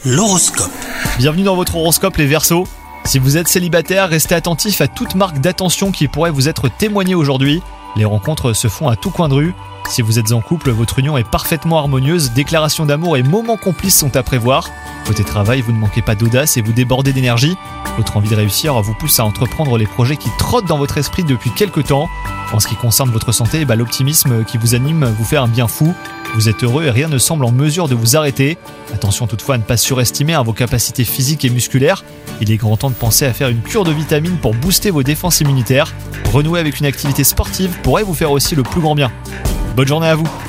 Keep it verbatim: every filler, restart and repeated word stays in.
L'horoscope. Bienvenue dans votre horoscope les Verseaux. Si vous êtes célibataire, restez attentif à toute marque d'attention qui pourrait vous être témoignée aujourd'hui. Les rencontres se font à tout coin de rue. Si vous êtes en couple, votre union est parfaitement harmonieuse, déclarations d'amour et moments complices sont à prévoir. Côté travail, vous ne manquez pas d'audace et vous débordez d'énergie. Votre envie de réussir vous pousse à entreprendre les projets qui trottent dans votre esprit depuis quelques temps. En ce qui concerne votre santé, bah, l'optimisme qui vous anime vous fait un bien fou. Vous êtes heureux et rien ne semble en mesure de vous arrêter. Attention toutefois à ne pas surestimer hein, vos capacités physiques et musculaires. Il est grand temps de penser à faire une cure de vitamines pour booster vos défenses immunitaires. Renouer avec une activité sportive pourrait vous faire aussi le plus grand bien. Bonne journée à vous!